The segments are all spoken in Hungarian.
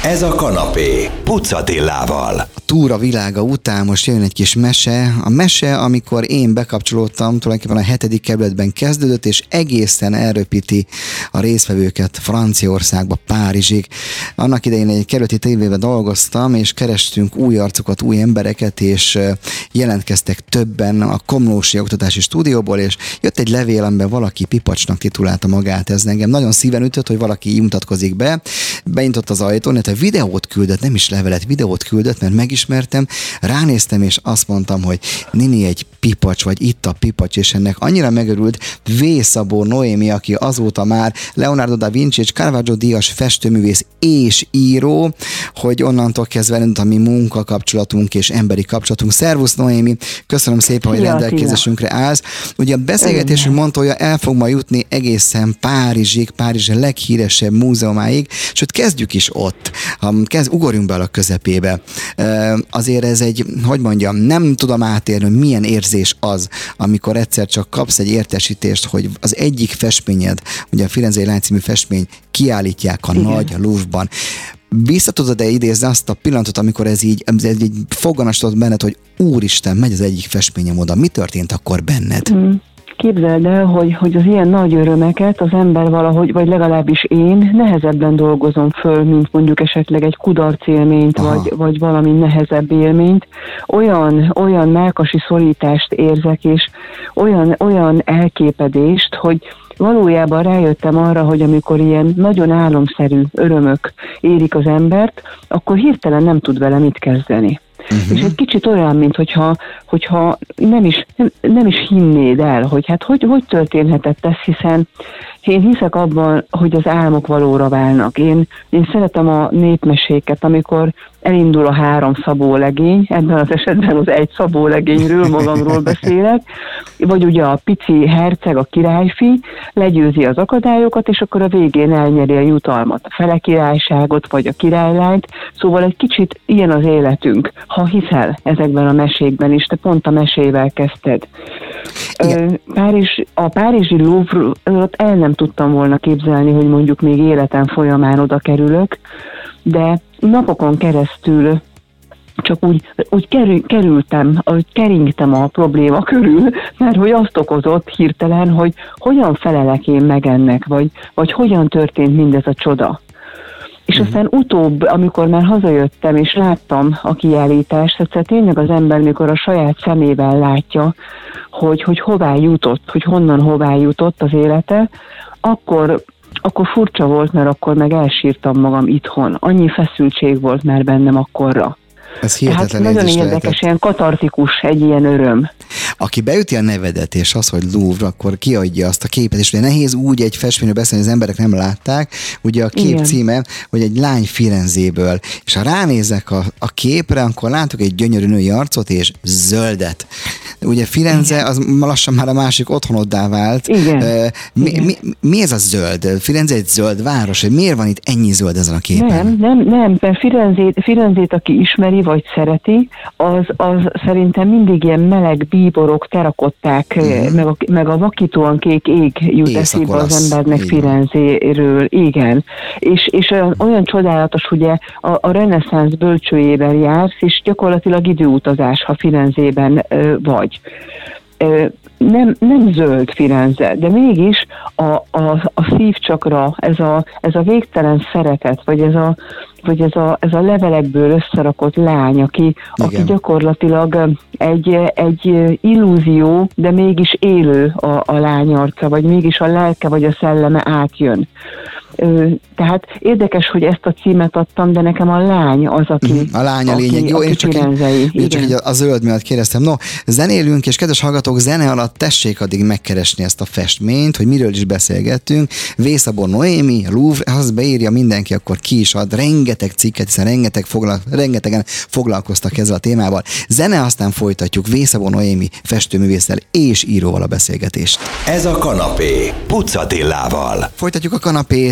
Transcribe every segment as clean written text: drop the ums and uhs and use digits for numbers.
Ez a kanapé Puc Attilával. A túra világa után most jön egy kis mese. A mese, amikor én bekapcsolódtam, tulajdonképpen a 7. kerületben kezdődött, és egészen elröpíti a résztvevőket Franciaországba, Párizsig. Annak idején egy kerületi tévében dolgoztam, és kerestünk új arcokat, új embereket, és jelentkeztek többen a Komlósi Oktatási Stúdióból, és jött egy levél, amiben valaki Pipacsnak titulálta magát. Ez engem nagyon szíven ütött, hogy valaki így mutatkozik be. Beintott az ajtón, illetve videót küldött, nem is levelet, videót küldött, mert megismertem, ránéztem, és azt mondtam, hogy Nini egy Pipacs, vagy itt a Pipacs, és ennek annyira megörült V. Szabó Noémi, aki azóta már Leonardo da Vinci és Caravaggio díjas festőművész és író, hogy onnantól kezdve a mi munkakapcsolatunk és emberi kapcsolatunk. Szervusz Noémi, köszönöm szépen, hogy rendelkezésünkre állsz. Ugye a beszélgetésünk montója el fog ma jutni egészen Párizsig, Párizs leghíresebb múzeumáig, sőt kezdjük is ott. Ugorjunk bele a közepébe. Azért ez egy, hogy mondjam, nem tudom átérni, hogy milyen érzés az, amikor egyszer csak kapsz egy értesítést, hogy az egyik festményed, ugye a Firenzei Lány című festmény kiállítják a nagy Louvre-ban. Vissza tudod-e idézni azt a pillanatot, amikor ez így foganasodott benned, hogy úristen, megy az egyik festményem oda. Mi történt akkor benned? Képzeld el, hogy az ilyen nagy örömeket az ember valahogy, vagy legalábbis én nehezebben dolgozom föl, mint mondjuk esetleg egy kudarc élményt, vagy valami nehezebb élményt. Olyan mellkasi szorítást érzek, és olyan elképedést, hogy valójában rájöttem arra, hogy amikor ilyen nagyon álomszerű örömök érik az embert, akkor hirtelen nem tud vele mit kezdeni. És egy kicsit olyan, mint hogyha nem is hinnéd el, hogy történhetett ez, hiszen én hiszek abban, hogy az álmok valóra válnak. Én szeretem a népmeséket, amikor elindul a 3 szabólegény, ebben az esetben az egy szabólegényről magamról beszélek, vagy ugye a pici herceg, a királyfi legyőzi az akadályokat, és akkor a végén elnyeri a jutalmat, a fele királyságot, vagy a királylányt, szóval egy kicsit ilyen az életünk, ha hiszel ezekben a mesékben is, te pont a mesével kezdted. A párizsi Louvre-ot el nem tudtam volna képzelni, hogy mondjuk még életem folyamán oda kerülök, de napokon keresztül csak úgy kerültem, ahogy keringtem a probléma körül, mert hogy azt okozott hirtelen, hogy hogyan felelek én meg ennek, vagy hogyan történt mindez a csoda. És aztán utóbb, amikor már hazajöttem, és láttam a kiállítást, egyszer tényleg az ember, mikor a saját szemével látja, hogy hová jutott, hogy honnan hová jutott az élete, akkor furcsa volt, mert akkor meg elsírtam magam itthon. Annyi feszültség volt már bennem akkorra. Ez hihetetlen. Tehát nagyon érdekes, ilyen katartikus egy ilyen öröm. Aki beüti a nevedet, és az, hogy Louvre, akkor kiadja azt a képet, és ugye nehéz úgy egy festményről beszélni, hogy az emberek nem látták. Ugye a kép címe, hogy egy lány Firenzéből. És ha ránézek a képre, akkor látok egy gyönyörű női arcot, és zöldet. Ugye Firenze, az lassan már a másik otthonoddá vált. Igen. Mi ez a zöld? Firenze egy zöld város, miért van itt ennyi zöld ezen a képen? Nem, mert Firenzét, aki ismeri, vagy szereti, az szerintem mindig ilyen meleg bíborok, terakották, meg a vakítóan kék ég jut eszébe az embernek Firenzéről. Igen. És olyan csodálatos, ugye a reneszánsz bölcsőjében jársz, és gyakorlatilag időutazás, ha Firenzében vagy. Nem zöld Firenze, de mégis a szívcsakra, ez a végtelen szeretet, vagy ez a levelekből összerakott lány, aki gyakorlatilag egy illúzió, de mégis élő a lány arca, vagy mégis a lelke, vagy a szelleme átjön. Tehát érdekes, hogy ezt a címet adtam, de nekem a lány az, aki... A lány a lényeg. Jó, én csak a zöld miatt kérdeztem. No, zenélünk, és kedves hallgatók, zene alatt tessék addig megkeresni ezt a festményt, hogy miről is beszélgettünk. V. Szabó Noémi, Louvre, ha azt beírja mindenki, akkor ki is ad rengeteg cikket, hiszen rengetegen foglalkoztak ezzel a témával. Zene, aztán folytatjuk V. Szabó Noémi festőművésszel és íróval a beszélgetést. Ez a kanapé Puc Attilával. Folytatjuk a kanapét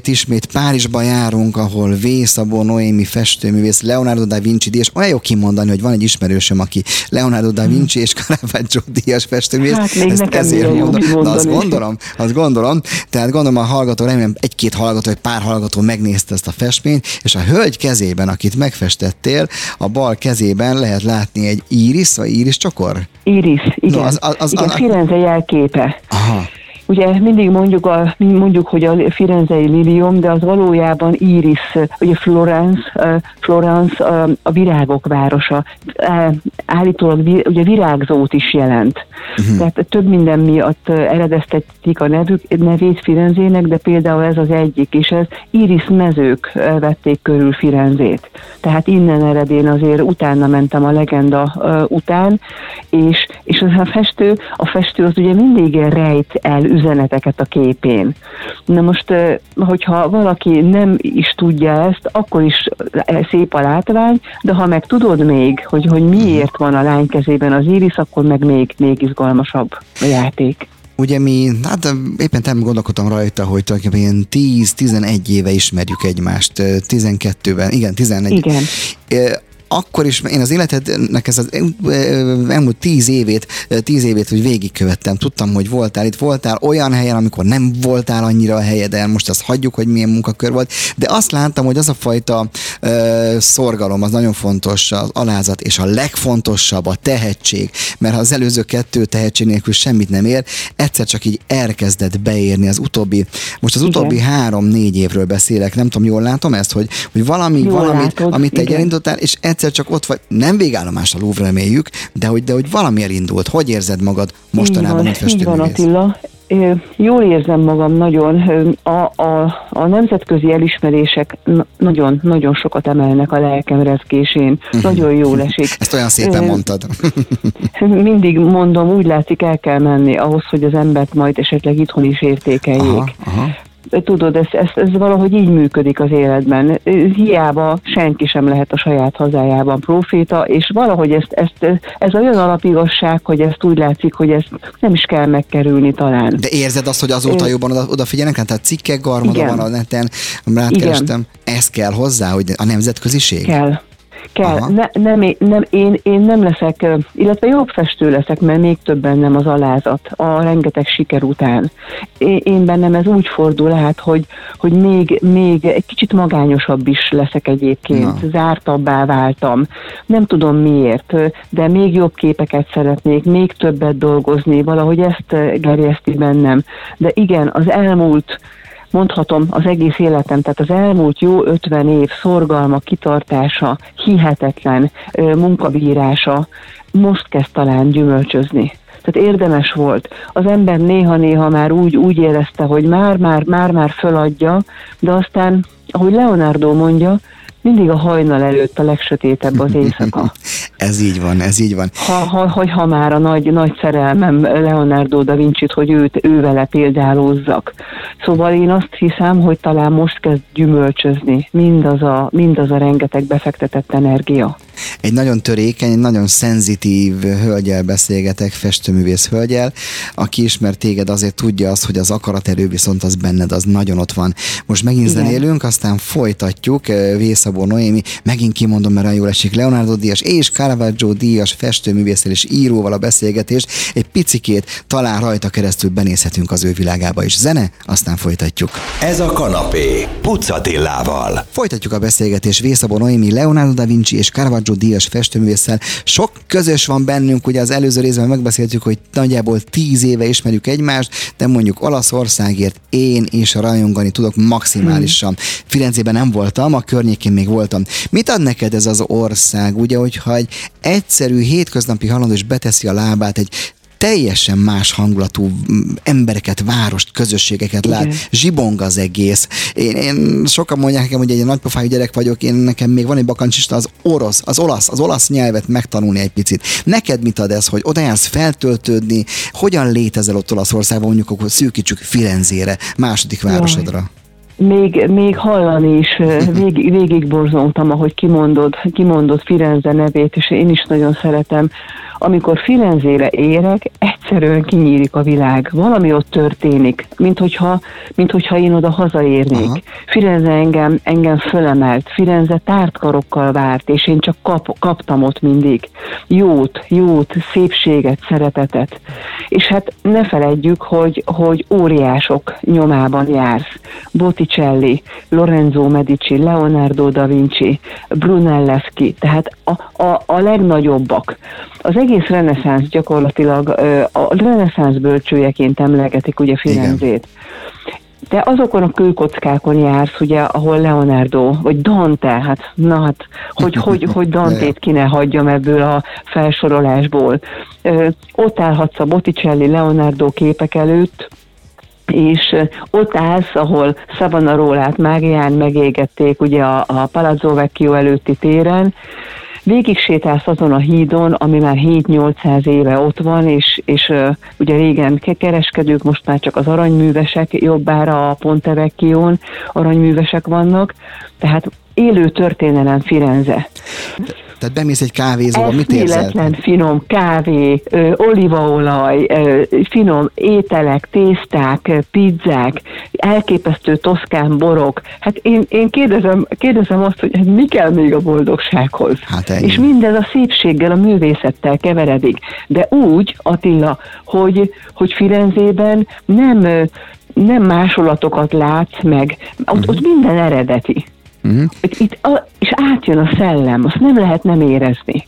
ezért ismét Párizsba járunk, ahol V. Szabó Noémi festőművész, Leonardo da Vinci díjas. Olyan jó kimondani, hogy van egy ismerősöm, aki Leonardo da Vinci és Caravaggio díjas festőművész. Hát még nekem ezért mondom. Na, azt gondolom. Tehát gondolom a hallgató, remélem egy-két hallgató, egy pár hallgató megnézte ezt a festményt, és a hölgy kezében, akit megfestettél, a bal kezében lehet látni egy íris, vagy íris csokor? Íris, igen. No, igen, Firenze jelképe. Aha. Ugye mindig mondjuk, hogy a firenzei lilium, de az valójában íris, ugye Florence a virágok városa. Állítólag ugye virágzót is jelent. Tehát több minden miatt eredeztetik a nevét Firenzének, de például ez az egyik, és ez íris mezők vették körül Firenzét. Tehát innen ered, én azért utána mentem a legenda után, és a festő az ugye mindig rejt el üzeneteket a képén. Na most, hogyha valaki nem is tudja ezt, akkor is szép a látvány, de ha meg tudod még, hogy miért van a lány kezében az íris, akkor meg még izgalmasabb a játék. Ugye mi, hát éppen gondolkodtam rajta, hogy tulajdonképpen 10-11 éve ismerjük egymást, 12-ben, igen, 11. Igen. Akkor is én az életednek ez az elmúlt 10 évét, hogy végigkövettem. Tudtam, hogy voltál olyan helyen, amikor nem voltál annyira a helyeden, most azt hagyjuk, hogy milyen munkakör volt, de azt láttam, hogy az a fajta szorgalom, az nagyon fontos, az alázat, és a legfontosabb a tehetség, mert ha az előző 2 tehetség nélkül semmit nem ér, egyszer csak így elkezdett beérni az utóbbi 3-4 évről beszélek, nem tudom, jól látom ezt, hogy valamit, amit te elindultál, és egyszer csak ott vagy, nem végállomás a Louvre, reméljük, de hogy valami elindult. Hogy érzed magad mostanában, mint festőművész? Így van, Attila. Jól érzem magam nagyon. A nemzetközi elismerések nagyon sokat emelnek a lelkem rezgésén. Nagyon jól esik. Ezt olyan szépen mondtad. Mindig mondom, úgy látszik, el kell menni ahhoz, hogy az embert majd esetleg itthon is értékeljék. Aha. Tudod, ez valahogy így működik az életben. Hiába senki sem lehet a saját hazájában proféta, és valahogy ez olyan alapigazság, hogy ezt úgy látszik, hogy ezt nem is kell megkerülni talán. De érzed azt, hogy azóta jobban odafigyelnek? Tehát cikkek garmada van a neten, rákerestem. Ez kell hozzá, hogy a nemzetköziség? Kell. Én nem leszek, illetve jobb festő leszek, mert még több bennem az alázat a rengeteg siker után. Én bennem ez úgy fordul át, hogy még egy kicsit magányosabb is leszek egyébként. Zártabbá váltam. Nem tudom miért, de még jobb képeket szeretnék, még többet dolgozni, valahogy ezt gerjeszti bennem. De igen, az elmúlt, mondhatom, az egész életem, tehát az elmúlt jó 50 év szorgalma, kitartása, hihetetlen munkabírása most kezd talán gyümölcsözni. Tehát érdemes volt. Az ember néha-néha már úgy érezte, hogy már föladja, de aztán, ahogy Leonardo mondja, mindig a hajnal előtt a legsötétebb az éjszaka. Ez így van. Ha már a nagy szerelmem Leonardo da Vincit, hogy ő vele példálózzak. Szóval én azt hiszem, hogy talán most kezd gyümölcsözni mindaz a rengeteg befektetett energia. Egy nagyon törékeny, egy nagyon szenzitív hölgyel beszélgetek, festőművész hölgyel, aki ismer téged, azért tudja azt, hogy az akaraterő viszont az benned, az nagyon ott van. Most megint zenélünk, aztán folytatjuk. V. Szabó Noémi, megint kimondom, mert olyan jól esik, Leonardo díjas és Caravaggio díjas festőművésszel és íróval a beszélgetést. Egy picikét talán rajta keresztül benézhetünk az ő világába is. Zene, aztán folytatjuk. Ez a kanapé Puc Attilával. Folytatjuk a beszélgetést V. Szabó Noémi, Leonardo da Vinci és Caravaggio díjas festőművésszel. Sok közös van bennünk, ugye az előző részben megbeszéltük, hogy nagyjából 10 éve ismerjük egymást, de mondjuk Olaszországért én is rajongani tudok maximálisan. Firenzében nem voltam, a környékén még voltam. Mit ad neked ez az ország, ugye, hogyha egy egyszerű hétköznapi halandó is beteszi a lábát egy teljesen más hangulatú embereket, várost, közösségeket lát, zsibong az egész. Én sokan mondják nekem, hogy egy nagypofájú gyerek vagyok, nekem még van egy bakancsista, az olasz nyelvet megtanulni egy picit. Neked mit ad ez, hogy oda jársz feltöltődni, hogyan létezel ott Olaszországban, mondjuk akkor szűkítsük Firenzére, második városodra? Még hallani is, végig borzongtam, ahogy kimondod Firenze nevét, és én is nagyon szeretem. Amikor Firenzére érek, egyszerűen kinyílik a világ. Valami ott történik, mint hogyha én oda hazaérnék. Aha. Firenze engem fölemelt, Firenze tárt karokkal várt, és én csak kaptam ott mindig jót, szépséget, szeretetet. És hát ne feledjük, hogy óriások nyomában jársz. Botticelli, Lorenzo Medici, Leonardo da Vinci, Brunelleschi, tehát a legnagyobbak. Az egész reneszánsz gyakorlatilag a reneszánsz bölcsőjeként emlegetik ugye Firenzét. De azokon a kőkockákon jársz, ugye, ahol Leonardo, vagy Dante, hogy Dantét ki ne hagyjam ebből a felsorolásból. Ott állhatsz a Botticelli, Leonardo képek előtt, és ott állsz, ahol Savonarolát Mágián megégették ugye a Palazzo Vecchio előtti téren, végig sétálsz azon a hídon, ami már 7-800 éve ott van, és ugye régen kereskedők, most már csak az aranyművesek, jobbára a Ponte Vecchión aranyművesek vannak, tehát élő történelem Firenze. Tehát bemész egy kávézóba, mit érzel? Eszméletlen finom kávé, olívaolaj, finom ételek, tészták, pizzák, elképesztő toszkán borok. Hát én kérdezem azt, hogy mi kell még a boldogsághoz. Hát és mindez a szépséggel, a művészettel keveredik. De úgy, Attila, hogy Firenzében nem másolatokat látsz meg, ott minden eredeti. És átjön a szellem, azt nem lehet nem érezni.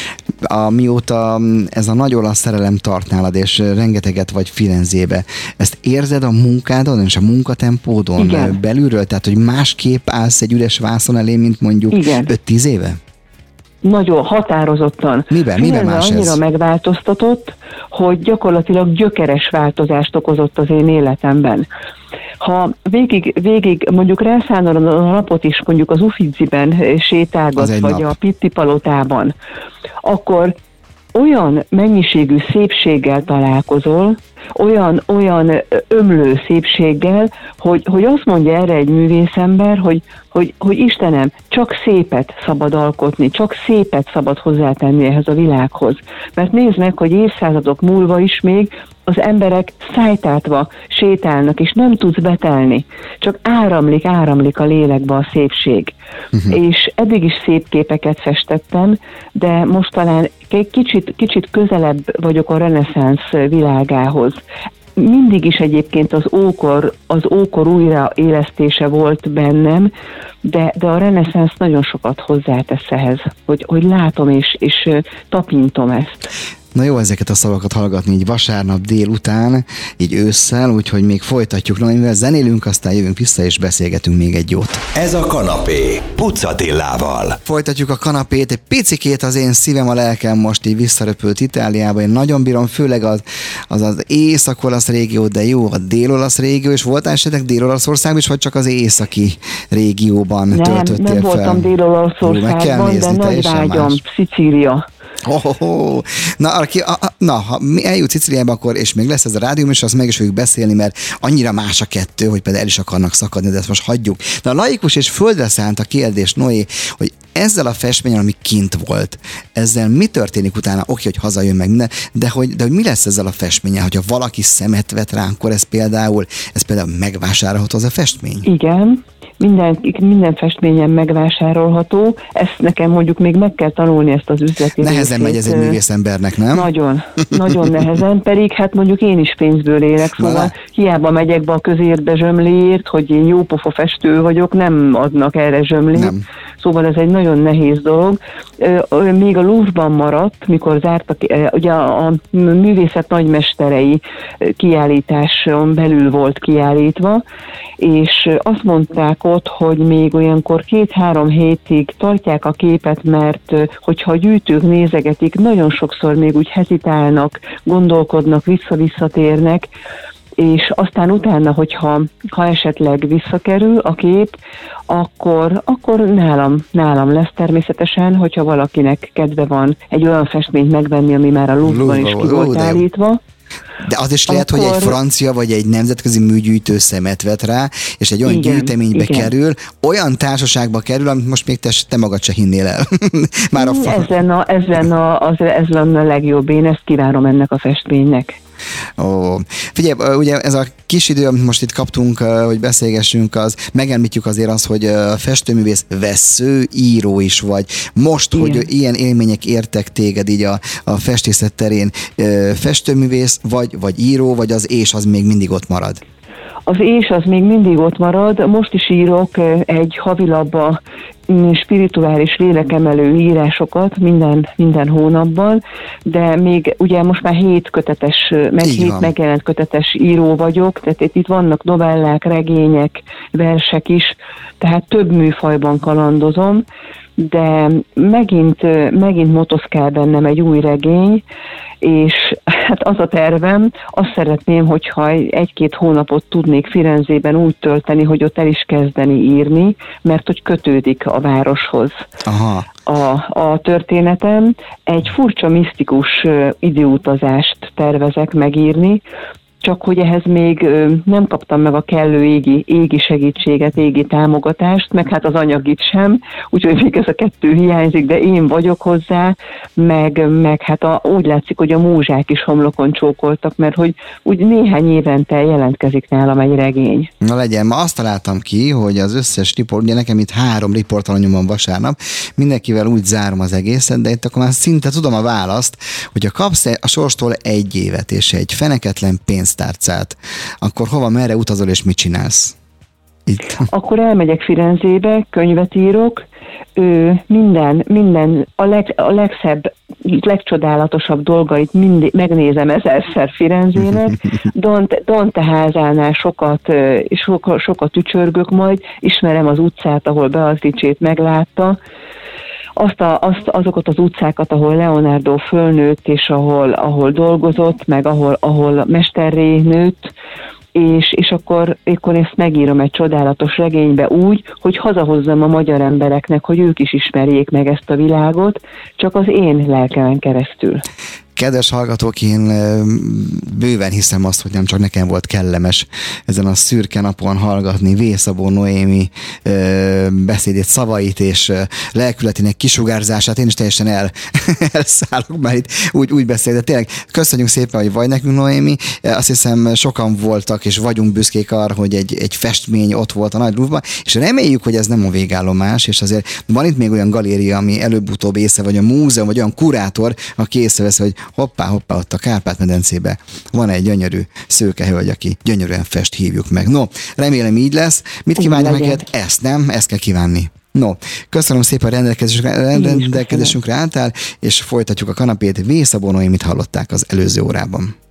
Mióta ez a nagy olasz szerelem tart nálad, és rengeteget vagy Firenzébe, ezt érzed a munkádon és a munkatempódon belülről? Tehát, hogy másképp állsz egy üres vászon elé, mint mondjuk 5-10 éve? Nagyon határozottan. Miben más ez? Annyira megváltoztatott, hogy gyakorlatilag gyökeres változást okozott az én életemben. Ha végig mondjuk rászánod a napot is, mondjuk az Uffiziben sétálgatsz, vagy a Pitti palotában, akkor olyan mennyiségű szépséggel találkozol, olyan ömlő szépséggel, hogy azt mondja erre egy művészember, hogy Istenem, csak szépet szabad alkotni, csak szépet szabad hozzátenni ehhez a világhoz. Mert nézd meg, hogy évszázadok múlva is még az emberek szájtátva sétálnak, és nem tudsz betelni. Csak áramlik a lélekbe a szépség. És eddig is szép képeket festettem, de most talán kicsit közelebb vagyok a reneszánsz világához. Mindig is egyébként az ókor újraélesztése volt bennem, de a reneszánsz nagyon sokat hozzátesz ehhez, hogy látom és tapintom ezt. Na jó, ezeket a szavakat hallgatni így vasárnap délután, így ősszel, úgyhogy még folytatjuk, mivel zenélünk, aztán jövünk vissza és beszélgetünk még egy jót. Ez a kanapé Puc Attilával. Folytatjuk a kanapét, egy picikét az én szívem, a lelkem most így visszaröpült Itáliába, én nagyon bírom, főleg az észak-olasz régió, de jó, a dél-olasz régió, és voltál esetleg Dél-Olaszországban is, vagy csak az északi régióban töltöttél fel? Nem voltam Dél-Olaszországban, de nagy vágyam, Szicília. Ha eljut Szicíliába, akkor, és még lesz ez a rádió, és azt meg is fogjuk beszélni, mert annyira más a kettő, hogy például el is akarnak szakadni, de ezt most hagyjuk. Na, a laikus és földre szállt a kérdés, Noé, hogy ezzel a festményen, ami kint volt, ezzel mi történik utána? Oké, hogy hazajön meg minden, de hogy mi lesz ezzel a festménnyel? Hogyha valaki szemet vet rá, akkor ez például megvásárolható az a festmény? Igen. Minden festményen megvásárolható. Ezt nekem mondjuk még meg kell tanulni, ezt az üzleti Nehezen megy ez egy művészembernek, nem? Nagyon nehezen, pedig hát mondjuk én is pénzből élek, szóval hiába megyek be a közértbe zsömléért, hogy én jópofa festő vagyok, nem adnak erre zsömlét. Nem. Szóval ez egy nagyon nehéz dolog. Még a Louvre-ban maradt, mikor zártak, ugye a művészet nagymesterei kiállításon belül volt kiállítva, és azt mondták ott, hogy még olyankor 2-3 hétig tartják a képet, mert hogyha a gyűjtők nézegetik, nagyon sokszor még úgy hezitálnak, gondolkodnak, visszatérnek, és aztán utána, hogyha esetleg visszakerül a kép, akkor nálam lesz természetesen, hogyha valakinek kedve van egy olyan festményt megvenni, ami már a Louvre-ban is ki volt állítva. De az is lehet, hogy egy francia vagy egy nemzetközi műgyűjtő szemet vet rá, és egy olyan gyűjteménybe kerül, olyan társaságba kerül, amit most még te magad se hinnél el. Már ez lenne a legjobb, én ezt kívánom ennek a festménynek. Figyelj, ugye ez a kis idő, amit most itt kaptunk, hogy beszélgessünk, az megemlítjük azért azt, hogy festőművész, vessző, író is vagy. Most, igen, hogy ilyen élmények értek téged így a festészet terén, festőművész vagy író, vagy az az még mindig ott marad? Az az még mindig ott marad. Most is írok egy havilapba spirituális lélekemelő írásokat minden hónapban, de még ugye most már 7 megjelent kötetes író vagyok, tehát itt vannak novellák, regények, versek is, tehát több műfajban kalandozom, de megint motoszkál bennem egy új regény, és hát az a tervem, azt szeretném, hogyha 1-2 hónapot tudnék Firenzében úgy tölteni, hogy ott el is kezdeni írni, mert hogy kötődik a városhoz. Aha. A történetem. Egy furcsa, misztikus időutazást tervezek megírni, csak hogy ehhez még nem kaptam meg a kellő égi segítséget, égi támogatást, meg hát az anyagit sem, úgyhogy még ez a 2 hiányzik, de én vagyok hozzá, meg hát úgy látszik, hogy a múzsák is homlokon csókoltak, mert hogy úgy néhány évente jelentkezik nálam egy regény. Na legyen, ma azt találtam ki, hogy az összes riport, ugye nekem itt 3 riportalanyom van vasárnap, mindenkivel úgy zárom az egészet, de itt akkor már szinte tudom a választ, hogyha kapsz a sorstól 1 évet és egy feneketlen pénztárcát, akkor hova, merre utazol és mit csinálsz? Itt. Akkor elmegyek Firenzébe, könyvet írok, minden a legszebb, legcsodálatosabb dolgait mindig megnézem 1000-szer Firenzének. Dante házánál sokat ücsörgök majd, ismerem az utcát, ahol Beatrice-t meglátta, azokat az utcákat, ahol Leonardo fölnőtt, és ahol dolgozott, meg ahol mesterré nőtt, és akkor ezt megírom egy csodálatos regénybe úgy, hogy hazahozzam a magyar embereknek, hogy ők is ismerjék meg ezt a világot, csak az én lelkemen keresztül. Kedves hallgatók, én bőven hiszem azt, hogy nem csak nekem volt kellemes ezen a szürke napon hallgatni V. Szabó Noémi beszédét, szavait és lelkületének kisugárzását. Én is teljesen elszállok már itt, úgy beszél, de tényleg köszönjük szépen, hogy vagy nekünk, Noémi. Azt hiszem sokan voltak és vagyunk büszkék arra, hogy egy festmény ott volt a Nagy Louvre-ban, és reméljük, hogy ez nem a végállomás, és azért van itt még olyan galéria, ami előbb-utóbb észre, vagy a múzeum, vagy olyan kurátor, aki észrevesz, hogy hoppá, ott a Kárpát-medencébe van egy gyönyörű szőke hölgy, aki gyönyörűen fest, hívjuk meg. No, remélem így lesz. Mit kívánja neked? Ezt kell kívánni. No, köszönöm szépen rendelkezésünkre álltál, és folytatjuk a kanapét. V. Szabó Noémit hallották az előző órában.